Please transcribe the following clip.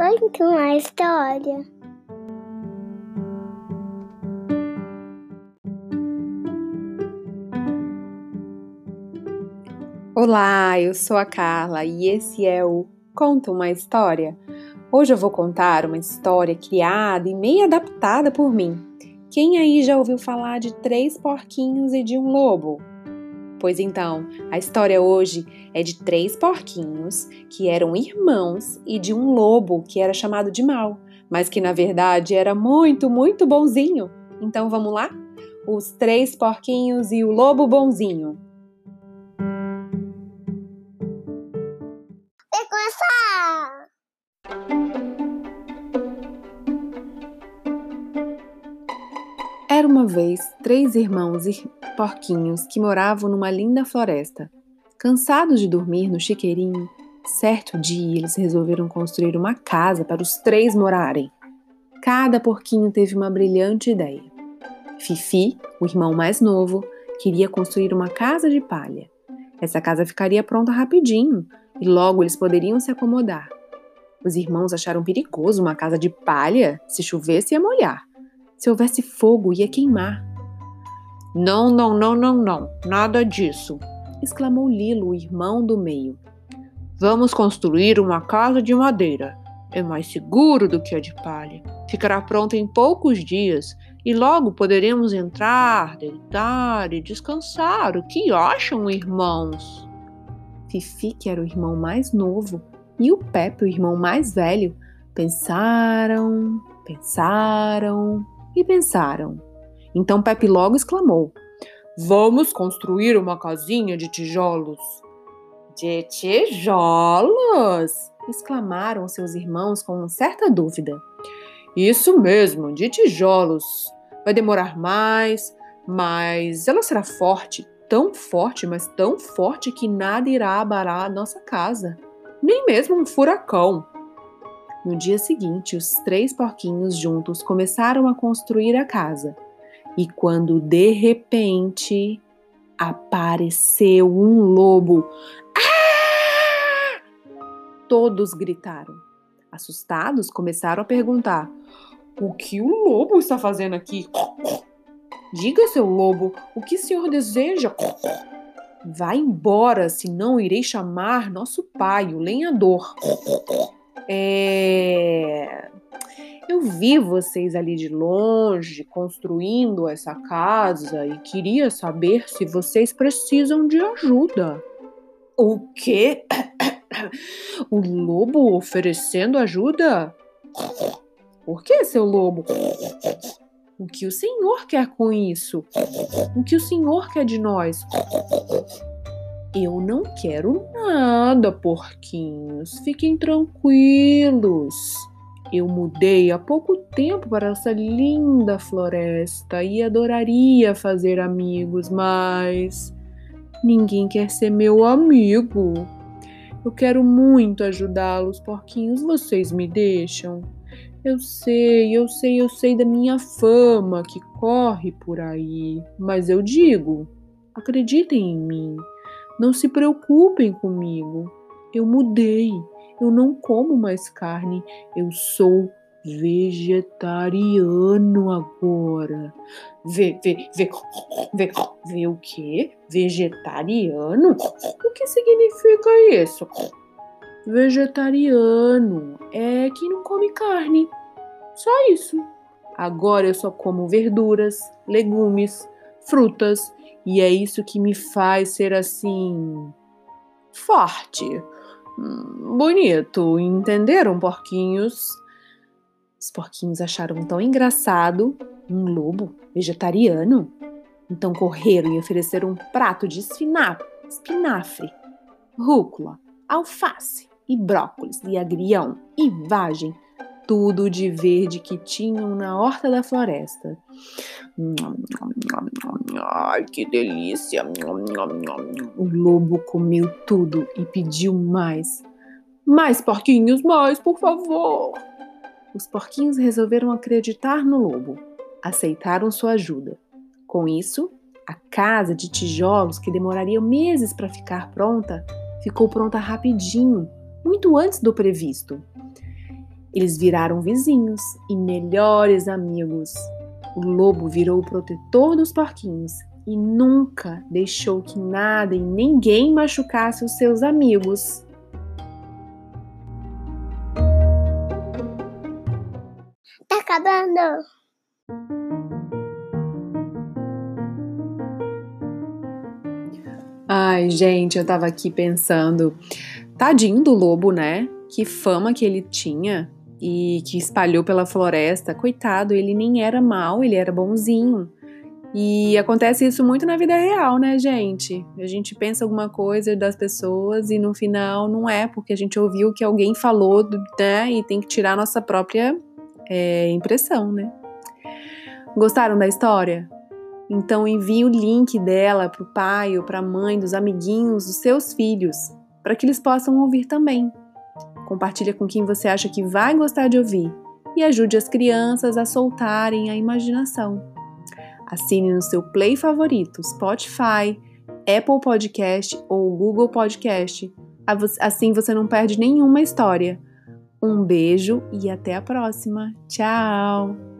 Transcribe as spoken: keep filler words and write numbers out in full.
Conta uma história. Olá, eu sou a Carla e esse é o Conta uma História. Hoje eu vou contar uma história criada e meio adaptada por mim. Quem aí já ouviu falar de três porquinhos e de um lobo? Pois então, a história hoje é de três porquinhos que eram irmãos e de um lobo que era chamado de mau, mas que na verdade era muito, muito bonzinho. Então vamos lá? Os três porquinhos e o lobo bonzinho. Vai começar! Era uma vez três irmãos e porquinhos que moravam numa linda floresta. Cansados de dormir no chiqueirinho, certo dia eles resolveram construir uma casa para os três morarem. Cada porquinho teve uma brilhante ideia. Fifi, o irmão mais novo, queria construir uma casa de palha. Essa casa ficaria pronta rapidinho e logo eles poderiam se acomodar. Os irmãos acharam perigoso uma casa de palha. Se chovesse ia molhar. Se houvesse fogo, ia queimar. Não, não, não, não, não, nada disso, exclamou Lilo, o irmão do meio. Vamos construir uma casa de madeira. É mais seguro do que a de palha. Ficará pronta em poucos dias e logo poderemos entrar, deitar e descansar. O que acham, irmãos? Fifi, que era o irmão mais novo, e o Pepe, o irmão mais velho, pensaram, pensaram e pensaram. Então Pepe logo exclamou: Vamos construir uma casinha de tijolos. De tijolos? Exclamaram seus irmãos com certa dúvida. Isso mesmo, de tijolos. Vai demorar mais, mas ela será forte, tão forte, mas tão forte que nada irá abalar a nossa casa, nem mesmo um furacão. No dia seguinte, os três porquinhos juntos começaram a construir a casa. E quando, de repente, apareceu um lobo. Ah! Todos gritaram. Assustados, começaram a perguntar: O que o lobo está fazendo aqui? Diga, seu lobo, o que o senhor deseja? Vá embora, senão irei chamar nosso pai, o lenhador. É... Eu vi vocês ali de longe construindo essa casa e queria saber se vocês precisam de ajuda. O quê? O lobo oferecendo ajuda? Por que, seu lobo? O que o senhor quer com isso? O que o senhor quer de nós? Eu não quero nada, porquinhos. Fiquem tranquilos. Eu mudei há pouco tempo para essa linda floresta e adoraria fazer amigos, mas ninguém quer ser meu amigo. Eu quero muito ajudá-los, porquinhos. Vocês me deixam? Eu sei, eu sei, eu sei da minha fama que corre por aí, mas eu digo, acreditem em mim. Não se preocupem comigo. Eu mudei. Eu não como mais carne. Eu sou vegetariano agora. Vê, vê, vê, vê, vê o quê? Vegetariano? O que significa isso? Vegetariano é quem não come carne. Só isso. Agora eu só como verduras, legumes, frutas. E é isso que me faz ser assim... forte. Hum, bonito. Entenderam, porquinhos? Os porquinhos acharam tão engraçado um lobo vegetariano. Então correram e ofereceram um prato de espinafre, espinafre, rúcula, alface e brócolis e agrião e vagem. Tudo de verde que tinham na horta da floresta. Ai, que delícia! O lobo comeu tudo e pediu mais. Mais, porquinhos, mais, por favor! Os porquinhos resolveram acreditar no lobo. Aceitaram sua ajuda. Com isso, a casa de tijolos, que demoraria meses para ficar pronta, ficou pronta rapidinho, muito antes do previsto. Eles viraram vizinhos e melhores amigos. O lobo virou o protetor dos porquinhos e nunca deixou que nada e ninguém machucasse os seus amigos. Tá acabando. Ai, gente, eu tava aqui pensando, tadinho do lobo, né? Que fama que ele tinha e que espalhou pela floresta. Coitado, ele nem era mau, ele era bonzinho. E acontece isso muito na vida real, né, gente? A gente pensa alguma coisa das pessoas e no final não é, porque a gente ouviu o que alguém falou, né? E tem que tirar a nossa própria é, impressão, né? Gostaram da história? Então envie o link dela para o pai ou para a mãe, dos amiguinhos, dos seus filhos, para que eles possam ouvir também. Compartilha com quem você acha que vai gostar de ouvir e ajude as crianças a soltarem a imaginação. Assine no seu play favorito, Spotify, Apple Podcast ou Google Podcast. Assim você não perde nenhuma história. Um beijo e até a próxima. Tchau!